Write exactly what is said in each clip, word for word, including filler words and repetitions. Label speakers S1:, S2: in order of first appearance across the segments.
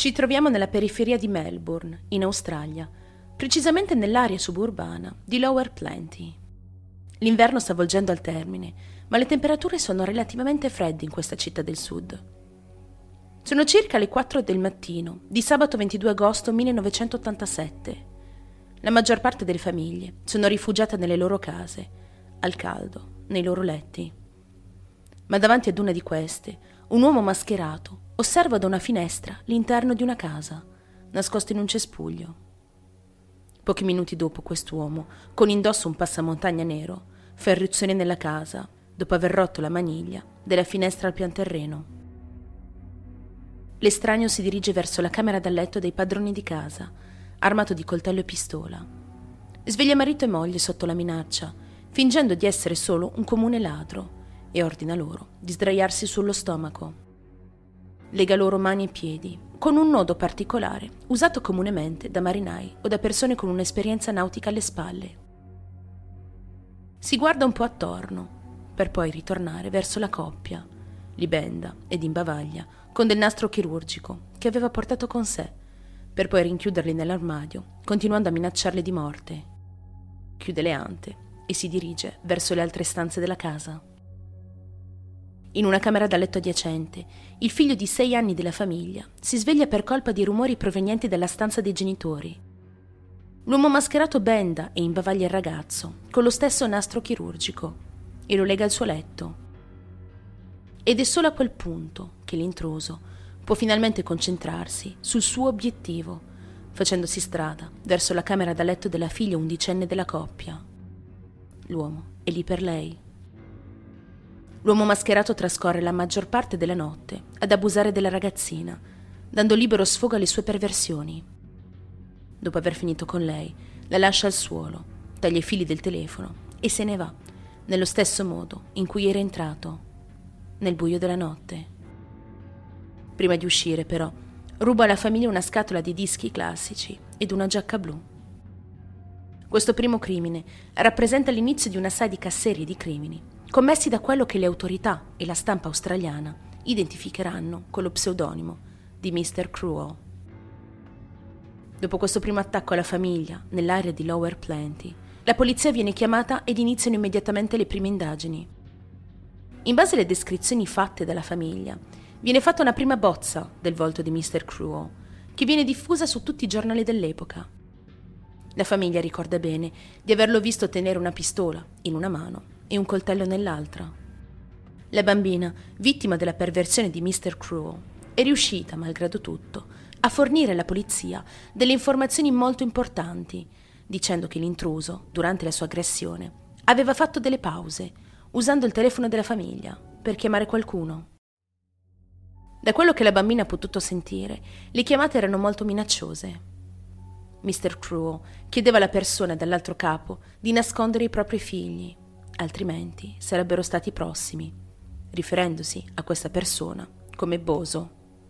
S1: Ci troviamo nella periferia di Melbourne, in Australia, precisamente nell'area suburbana di Lower Plenty. L'inverno sta volgendo al termine, ma le temperature sono relativamente fredde in questa città del sud. Sono circa le quattro del mattino di sabato ventidue agosto millenovecentottantasette. La maggior parte delle famiglie sono rifugiate nelle loro case, al caldo, nei loro letti. Ma davanti ad una di queste, un uomo mascherato osserva da una finestra l'interno di una casa, nascosto in un cespuglio. Pochi minuti dopo, quest'uomo, con indosso un passamontagna nero, fa irruzione nella casa dopo aver rotto la maniglia della finestra al pianterreno. L'estraneo si dirige verso la camera da letto dei padroni di casa, armato di coltello e pistola. Sveglia marito e moglie sotto la minaccia, fingendo di essere solo un comune ladro, e ordina loro di sdraiarsi sullo stomaco. Lega loro mani e piedi con un nodo particolare usato comunemente da marinai o da persone con un'esperienza nautica alle spalle. Si guarda un po' attorno per poi ritornare verso la coppia, li benda ed imbavaglia con del nastro chirurgico che aveva portato con sé, per poi rinchiuderli nell'armadio, continuando a minacciarli di morte. Chiude le ante e si dirige verso le altre stanze della casa. In una camera da letto adiacente, il figlio di sei anni della famiglia si sveglia per colpa di rumori provenienti dalla stanza dei genitori. L'uomo mascherato benda e imbavaglia il ragazzo con lo stesso nastro chirurgico e lo lega al suo letto. Ed è solo a quel punto che l'intruso può finalmente concentrarsi sul suo obiettivo, facendosi strada verso la camera da letto della figlia undicenne della coppia. L'uomo è lì per lei. L'uomo mascherato trascorre la maggior parte della notte ad abusare della ragazzina, dando libero sfogo alle sue perversioni. Dopo aver finito con lei, la lascia al suolo, taglia i fili del telefono e se ne va, nello stesso modo in cui era entrato, nel buio della notte. Prima di uscire, però, ruba alla famiglia una scatola di dischi classici ed una giacca blu. Questo primo crimine rappresenta l'inizio di una sadica serie di crimini commessi da quello che le autorità e la stampa australiana identificheranno con lo pseudonimo di mister Cruel. Dopo questo primo attacco alla famiglia nell'area di Lower Plenty, la polizia viene chiamata ed iniziano immediatamente le prime indagini. In base alle descrizioni fatte dalla famiglia, viene fatta una prima bozza del volto di mister Cruel, che viene diffusa su tutti i giornali dell'epoca. La famiglia ricorda bene di averlo visto tenere una pistola in una mano e un coltello nell'altra. La bambina, vittima della perversione di mister Cruel, è riuscita, malgrado tutto, a fornire alla polizia delle informazioni molto importanti, dicendo che l'intruso, durante la sua aggressione, aveva fatto delle pause, usando il telefono della famiglia per chiamare qualcuno. Da quello che la bambina ha potuto sentire, le chiamate erano molto minacciose. mister Cruel chiedeva alla persona dall'altro capo di nascondere i propri figli, altrimenti sarebbero stati prossimi, riferendosi a questa persona come Bozo.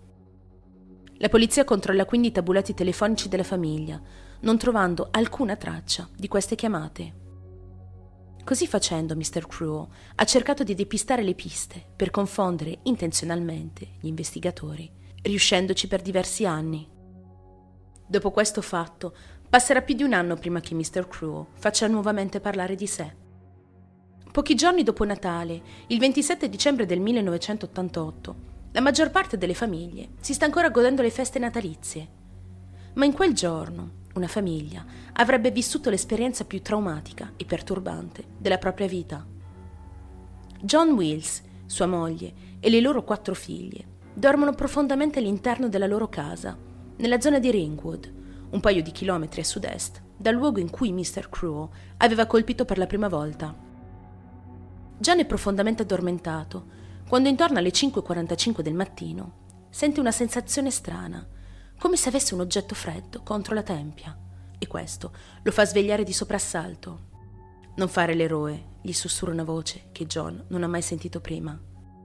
S1: La polizia controlla quindi i tabulati telefonici della famiglia, non trovando alcuna traccia di queste chiamate. Così facendo, mister Cruel ha cercato di depistare le piste per confondere intenzionalmente gli investigatori, riuscendoci per diversi anni. Dopo questo fatto, passerà più di un anno prima che mister Cruel faccia nuovamente parlare di sé. Pochi giorni dopo Natale, il ventisette dicembre del millenovecentottantotto, la maggior parte delle famiglie si sta ancora godendo le feste natalizie. Ma in quel giorno, una famiglia avrebbe vissuto l'esperienza più traumatica e perturbante della propria vita. John Wills, sua moglie e le loro quattro figlie dormono profondamente all'interno della loro casa, nella zona di Ringwood, un paio di chilometri a sud-est dal luogo in cui mister Cruel aveva colpito per la prima volta. John è profondamente addormentato quando intorno alle cinque e quarantacinque del mattino sente una sensazione strana, come se avesse un oggetto freddo contro la tempia, e questo lo fa svegliare di soprassalto. «Non fare l'eroe», gli sussurra una voce che John non ha mai sentito prima.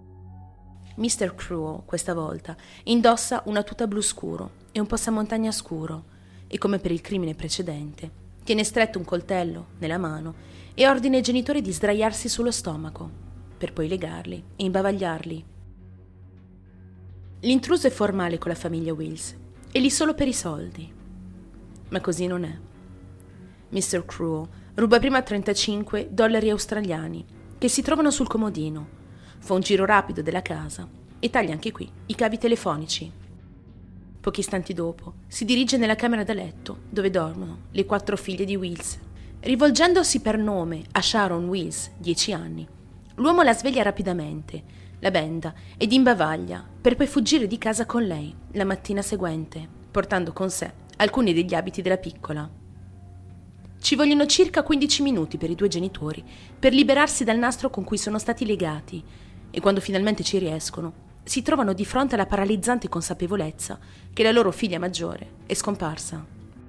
S1: mister Cruel, questa volta, indossa una tuta blu scuro e un passamontagna scuro e, come per il crimine precedente, tiene stretto un coltello nella mano e ordina ai genitori di sdraiarsi sullo stomaco, per poi legarli e imbavagliarli. L'intruso è formale con la famiglia Wills. è lì solo per i soldi. Ma così non è. mister Cruel ruba prima trentacinque dollari australiani che si trovano sul comodino, fa un giro rapido della casa e taglia anche qui i cavi telefonici. Pochi istanti dopo si dirige nella camera da letto dove dormono le quattro figlie di Wills. Rivolgendosi per nome a Sharon Wills, dieci anni, l'uomo la sveglia rapidamente, la benda ed imbavaglia per poi fuggire di casa con lei la mattina seguente, portando con sé alcuni degli abiti della piccola. Ci vogliono circa quindici minuti per i due genitori per liberarsi dal nastro con cui sono stati legati e quando finalmente ci riescono si trovano di fronte alla paralizzante consapevolezza che la loro figlia maggiore è scomparsa.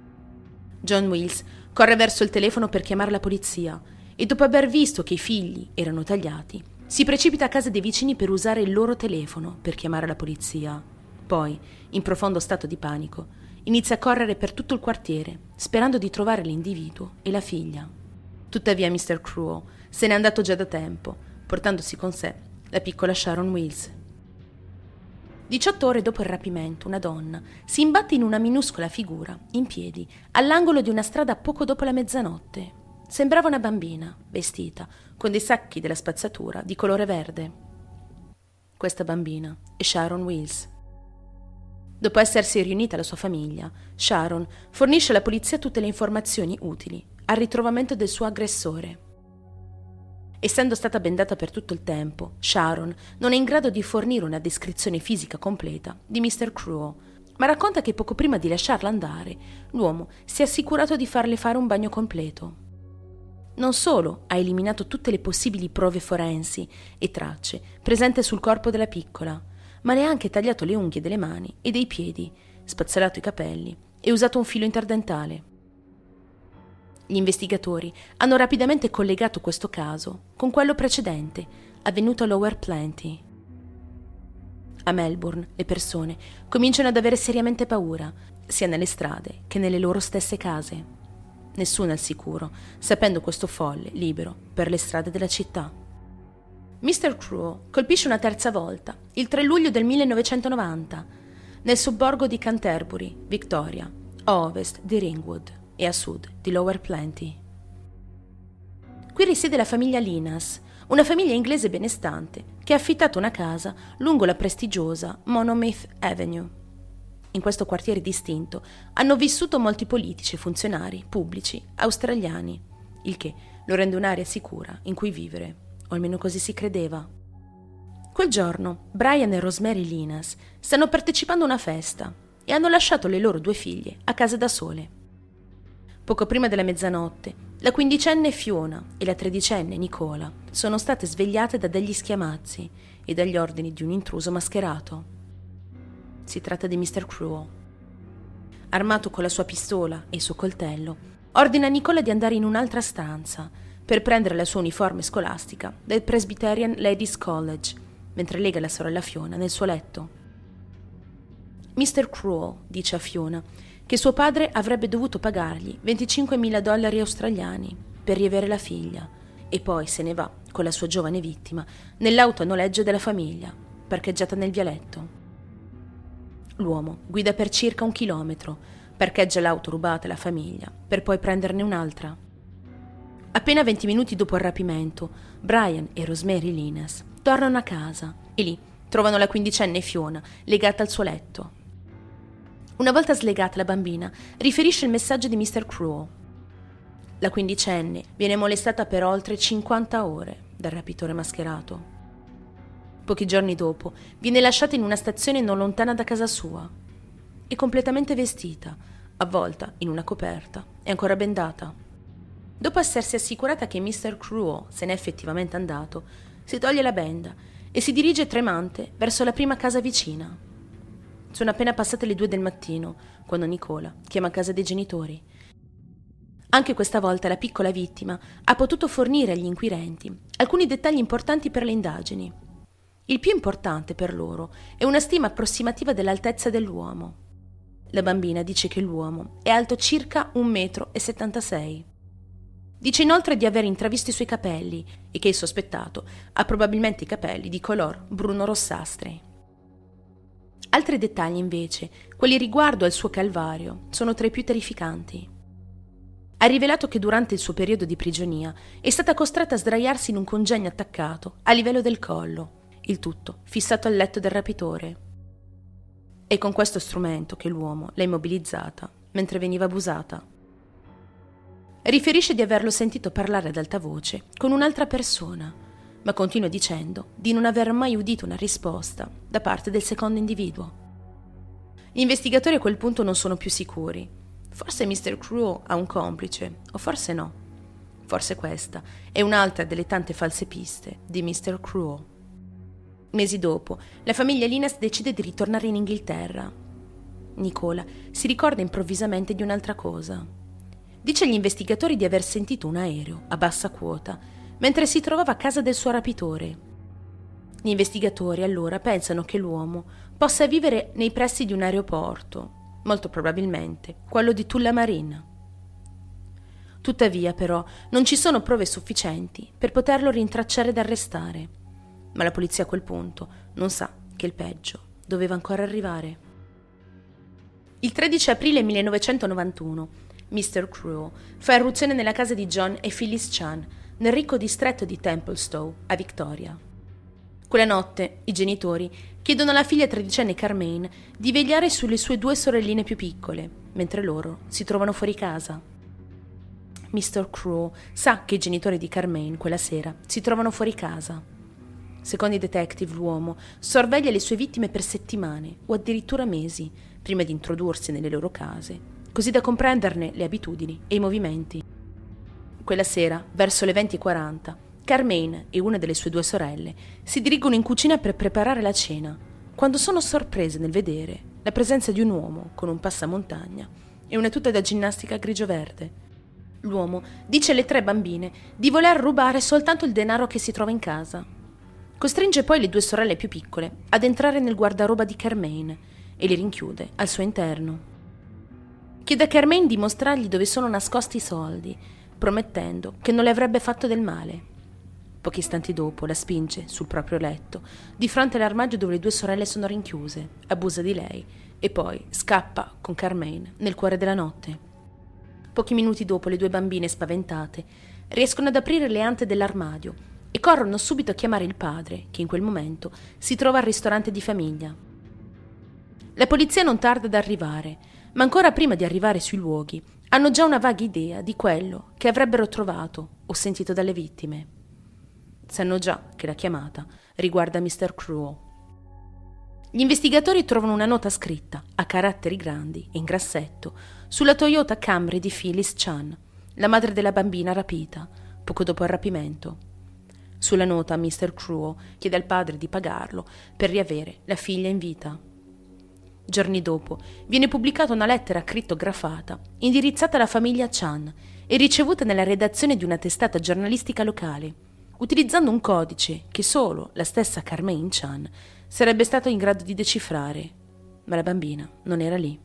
S1: John Wills corre verso il telefono per chiamare la polizia e dopo aver visto che i figli erano tagliati si precipita a casa dei vicini per usare il loro telefono per chiamare la polizia. Poi, in profondo stato di panico, inizia a correre per tutto il quartiere, sperando di trovare l'individuo e la figlia. Tuttavia mister Cruel se n'è andato già da tempo, portandosi con sé la piccola Sharon Wills. diciotto ore dopo il rapimento, una donna si imbatte in una minuscola figura, in piedi, all'angolo di una strada poco dopo la mezzanotte. Sembrava una bambina, vestita, con dei sacchi della spazzatura di colore verde. Questa bambina è Sharon Wills. Dopo essersi riunita alla sua famiglia, Sharon fornisce alla polizia tutte le informazioni utili al ritrovamento del suo aggressore. Essendo stata bendata per tutto il tempo, Sharon non è in grado di fornire una descrizione fisica completa di mister Cruel, ma racconta che poco prima di lasciarla andare, l'uomo si è assicurato di farle fare un bagno completo. Non solo ha eliminato tutte le possibili prove forensi e tracce presenti sul corpo della piccola, ma ne ha anche tagliato le unghie delle mani e dei piedi, spazzolato i capelli e usato un filo interdentale. Gli investigatori hanno rapidamente collegato questo caso con quello precedente, avvenuto a Lower Plenty. A Melbourne le persone cominciano ad avere seriamente paura, sia nelle strade che nelle loro stesse case. Nessuno è al sicuro, sapendo questo folle libero per le strade della città. mister Cruel colpisce una terza volta, il tre luglio del millenovecentonovanta, nel sobborgo di Canterbury, Victoria, a ovest di Ringwood e a sud di Lower Plenty. Qui risiede la famiglia Linas, una famiglia inglese benestante che ha affittato una casa lungo la prestigiosa Monomyth Avenue. In questo quartiere distinto hanno vissuto molti politici e funzionari pubblici australiani, il che lo rende un'area sicura in cui vivere, o almeno così si credeva. Quel giorno Brian e Rosemary Linas stanno partecipando a una festa e hanno lasciato le loro due figlie a casa da sole. Poco prima della mezzanotte, la quindicenne Fiona e la tredicenne Nicola sono state svegliate da degli schiamazzi e dagli ordini di un intruso mascherato. Si tratta di mister Cruel. Armato con la sua pistola e il suo coltello, ordina a Nicola di andare in un'altra stanza per prendere la sua uniforme scolastica del Presbyterian Ladies College, mentre lega la sorella Fiona nel suo letto. mister Cruel dice a Fiona che suo padre avrebbe dovuto pagargli venticinquemila dollari australiani per riavere la figlia e poi se ne va con la sua giovane vittima nell'auto a noleggio della famiglia, parcheggiata nel vialetto. L'uomo guida per circa un chilometro, parcheggia l'auto rubata alla famiglia per poi prenderne un'altra. Appena venti minuti dopo il rapimento, Brian e Rosemary Linas tornano a casa e lì trovano la quindicenne Fiona legata al suo letto. Una volta slegata la bambina, riferisce il messaggio di mister Cruel. La quindicenne viene molestata per oltre cinquanta ore dal rapitore mascherato. Pochi giorni dopo viene lasciata in una stazione non lontana da casa sua. È completamente vestita, avvolta in una coperta e ancora bendata. Dopo essersi assicurata che mister Cruel se n'è effettivamente andato, si toglie la benda e si dirige tremante verso la prima casa vicina. Sono appena passate le due del mattino quando Nicola chiama a casa dei genitori. Anche questa volta la piccola vittima ha potuto fornire agli inquirenti alcuni dettagli importanti per le indagini. Il più importante per loro è una stima approssimativa dell'altezza dell'uomo. La bambina dice che l'uomo è alto circa un metro e settantasei. Dice inoltre di aver intravisto i suoi capelli e che il sospettato ha probabilmente i capelli di color bruno-rossastri. Altri dettagli, invece, quelli riguardo al suo calvario, sono tra i più terrificanti. Ha rivelato che durante il suo periodo di prigionia è stata costretta a sdraiarsi in un congegno attaccato a livello del collo, il tutto fissato al letto del rapitore. È con questo strumento che l'uomo l'ha immobilizzata mentre veniva abusata. Riferisce di averlo sentito parlare ad alta voce con un'altra persona, ma continua dicendo di non aver mai udito una risposta da parte del secondo individuo. Gli investigatori a quel punto non sono più sicuri. Forse mister Crew ha un complice, o forse no. Forse questa è un'altra delle tante false piste di mister Crew. Mesi dopo, la famiglia Linas decide di ritornare in Inghilterra. Nicola si ricorda improvvisamente di un'altra cosa. Dice agli investigatori di aver sentito un aereo a bassa quota mentre si trovava a casa del suo rapitore. Gli investigatori allora pensano che l'uomo possa vivere nei pressi di un aeroporto, molto probabilmente quello di Tullamarine. Tuttavia, però, non ci sono prove sufficienti per poterlo rintracciare ed arrestare, ma la polizia a quel punto non sa che il peggio doveva ancora arrivare. Il tredici aprile millenovecentonovantuno, mister Crew fa irruzione nella casa di John e Phyllis Chan, nel ricco distretto di Templestowe, a Victoria. Quella notte i genitori chiedono alla figlia tredicenne Carmaine di vegliare sulle sue due sorelline più piccole, mentre loro si trovano fuori casa. mister Crew sa che i genitori di Carmaine quella sera si trovano fuori casa. Secondo i detective, l'uomo sorveglia le sue vittime per settimane o addirittura mesi prima di introdursi nelle loro case, così da comprenderne le abitudini e i movimenti. Quella sera, verso le venti e quaranta, Carmaine e una delle sue due sorelle si dirigono in cucina per preparare la cena, quando sono sorprese nel vedere la presenza di un uomo con un passamontagna e una tuta da ginnastica grigio-verde. L'uomo dice alle tre bambine di voler rubare soltanto il denaro che si trova in casa. Costringe poi le due sorelle più piccole ad entrare nel guardaroba di Carmaine e li rinchiude al suo interno. Chiede a Carmaine di mostrargli dove sono nascosti i soldi, promettendo che non le avrebbe fatto del male. Pochi istanti dopo la spinge sul proprio letto, di fronte all'armadio dove le due sorelle sono rinchiuse, abusa di lei e poi scappa con Carmaine nel cuore della notte. Pochi minuti dopo le due bambine, spaventate, riescono ad aprire le ante dell'armadio e corrono subito a chiamare il padre, che in quel momento si trova al ristorante di famiglia. La polizia non tarda ad arrivare, ma ancora prima di arrivare sui luoghi hanno già una vaga idea di quello che avrebbero trovato o sentito dalle vittime. Sanno già che la chiamata riguarda mister Crew. Gli investigatori trovano una nota scritta, a caratteri grandi e in grassetto, sulla Toyota Camry di Phyllis Chan, la madre della bambina rapita, poco dopo il rapimento. Sulla nota mister Crew chiede al padre di pagarlo per riavere la figlia in vita. Giorni dopo viene pubblicata una lettera crittografata indirizzata alla famiglia Chan e ricevuta nella redazione di una testata giornalistica locale, utilizzando un codice che solo la stessa Carmaine Chan sarebbe stata in grado di decifrare, ma la bambina non era lì.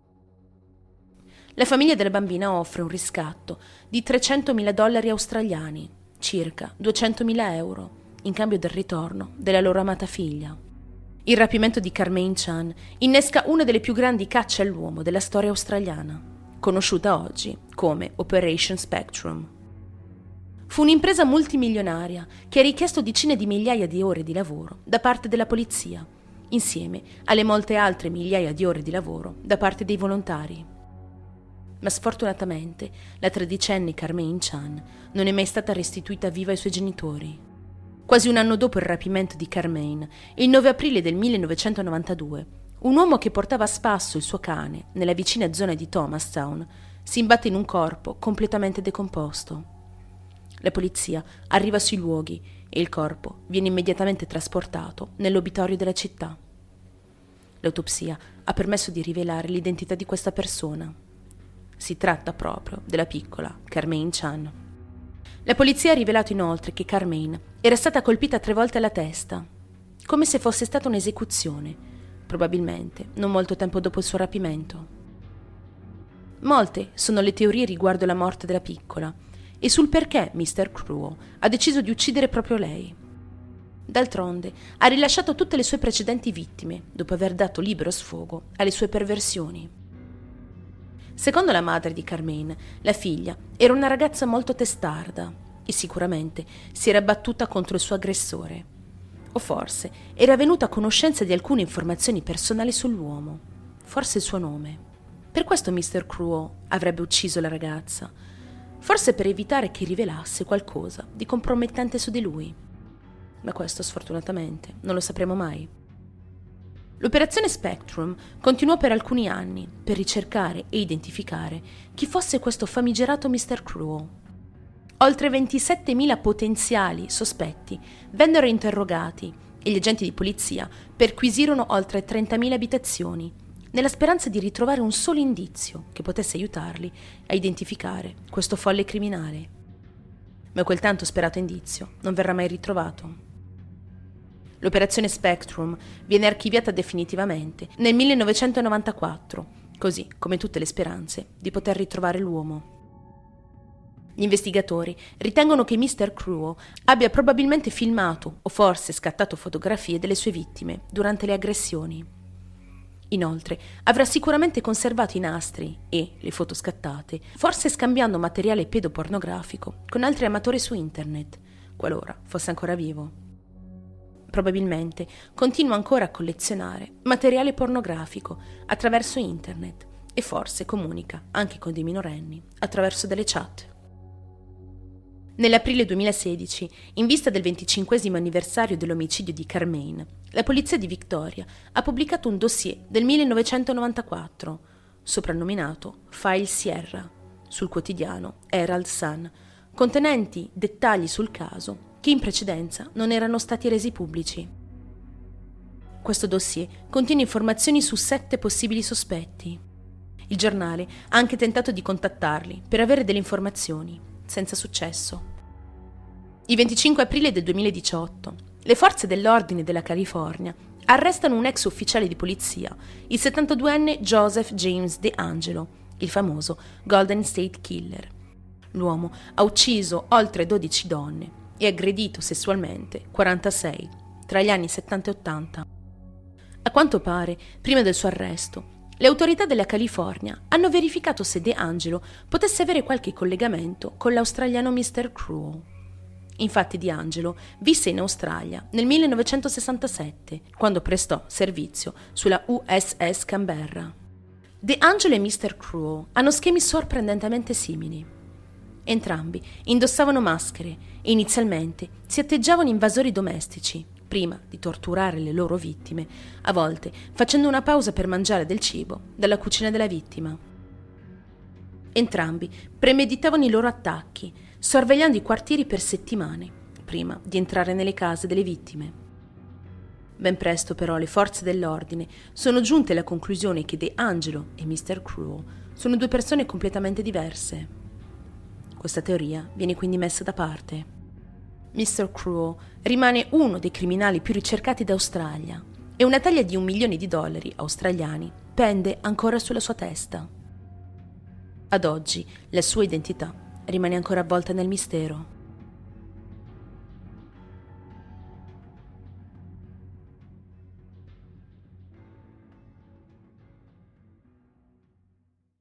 S1: La famiglia della bambina offre un riscatto di trecentomila dollari australiani, circa duecentomila euro, in cambio del ritorno della loro amata figlia. Il rapimento di Carmaine Chan innesca una delle più grandi cacce all'uomo della storia australiana, conosciuta oggi come Operation Spectrum. Fu un'impresa multimilionaria che ha richiesto decine di migliaia di ore di lavoro da parte della polizia, insieme alle molte altre migliaia di ore di lavoro da parte dei volontari. Ma sfortunatamente la tredicenne Carmaine Chan non è mai stata restituita viva ai suoi genitori. Quasi un anno dopo il rapimento di Carmaine, il nove aprile del millenovecentonovantadue, un uomo che portava a spasso il suo cane nella vicina zona di Thomastown si imbatte in un corpo completamente decomposto. La polizia arriva sui luoghi e il corpo viene immediatamente trasportato nell'obitorio della città. L'autopsia ha permesso di rivelare l'identità di questa persona. Si tratta proprio della piccola Carmaine Chan. La polizia ha rivelato inoltre che Carmaine era stata colpita tre volte alla testa, come se fosse stata un'esecuzione, probabilmente non molto tempo dopo il suo rapimento. Molte sono le teorie riguardo la morte della piccola e sul perché mister Crew ha deciso di uccidere proprio lei. D'altronde, ha rilasciato tutte le sue precedenti vittime, dopo aver dato libero sfogo alle sue perversioni. Secondo la madre di Carmine, la figlia era una ragazza molto testarda e sicuramente si era battuta contro il suo aggressore. O forse era venuta a conoscenza di alcune informazioni personali sull'uomo, forse il suo nome. Per questo mister Cruel avrebbe ucciso la ragazza, forse per evitare che rivelasse qualcosa di compromettente su di lui. Ma questo sfortunatamente non lo sapremo mai. L'operazione Spectrum continuò per alcuni anni per ricercare e identificare chi fosse questo famigerato mister Cruel. Oltre ventisettemila potenziali sospetti vennero interrogati e gli agenti di polizia perquisirono oltre trentamila abitazioni, nella speranza di ritrovare un solo indizio che potesse aiutarli a identificare questo folle criminale. Ma quel tanto sperato indizio non verrà mai ritrovato. L'operazione Spectrum viene archiviata definitivamente nel millenovecentonovantaquattro, così come tutte le speranze di poter ritrovare l'uomo. Gli investigatori ritengono che mister Cruel abbia probabilmente filmato o forse scattato fotografie delle sue vittime durante le aggressioni. Inoltre, avrà sicuramente conservato i nastri e le foto scattate, forse scambiando materiale pedopornografico con altri amatori su internet, qualora fosse ancora vivo. Probabilmente continua ancora a collezionare materiale pornografico attraverso internet e forse comunica anche con dei minorenni attraverso delle chat. Nell'aprile duemilasedici, in vista del venticinquesimo anniversario dell'omicidio di Carmine, la polizia di Victoria ha pubblicato un dossier del millenovecentonovantaquattro, soprannominato File Sierra, sul quotidiano Herald Sun, contenenti dettagli sul caso che in precedenza non erano stati resi pubblici. Questo dossier contiene informazioni su sette possibili sospetti. Il giornale ha anche tentato di contattarli per avere delle informazioni, senza successo. Il venticinque aprile del duemiladiciotto, le forze dell'ordine della California arrestano un ex ufficiale di polizia, il settantaduenne Joseph James DeAngelo, il famoso Golden State Killer. L'uomo ha ucciso oltre dodici donne e aggredito sessualmente quarantasei tra gli anni settanta e ottanta. A quanto pare, prima del suo arresto, le autorità della California hanno verificato se DeAngelo potesse avere qualche collegamento con l'australiano mister Cruel. Infatti DeAngelo visse in Australia nel millenovecentosessantasette, quando prestò servizio sulla U S S Canberra. DeAngelo e mister Cruel hanno schemi sorprendentemente simili. Entrambi indossavano maschere e inizialmente si atteggiavano invasori domestici, prima di torturare le loro vittime, a volte facendo una pausa per mangiare del cibo dalla cucina della vittima. Entrambi premeditavano i loro attacchi, sorvegliando i quartieri per settimane, prima di entrare nelle case delle vittime. Ben presto però le forze dell'ordine sono giunte alla conclusione che DeAngelo e mister Cruel sono due persone completamente diverse. Questa teoria viene quindi messa da parte. mister Cruel rimane uno dei criminali più ricercati d'Australia e una taglia di un milione di dollari australiani pende ancora sulla sua testa. Ad oggi la sua identità rimane ancora avvolta nel mistero.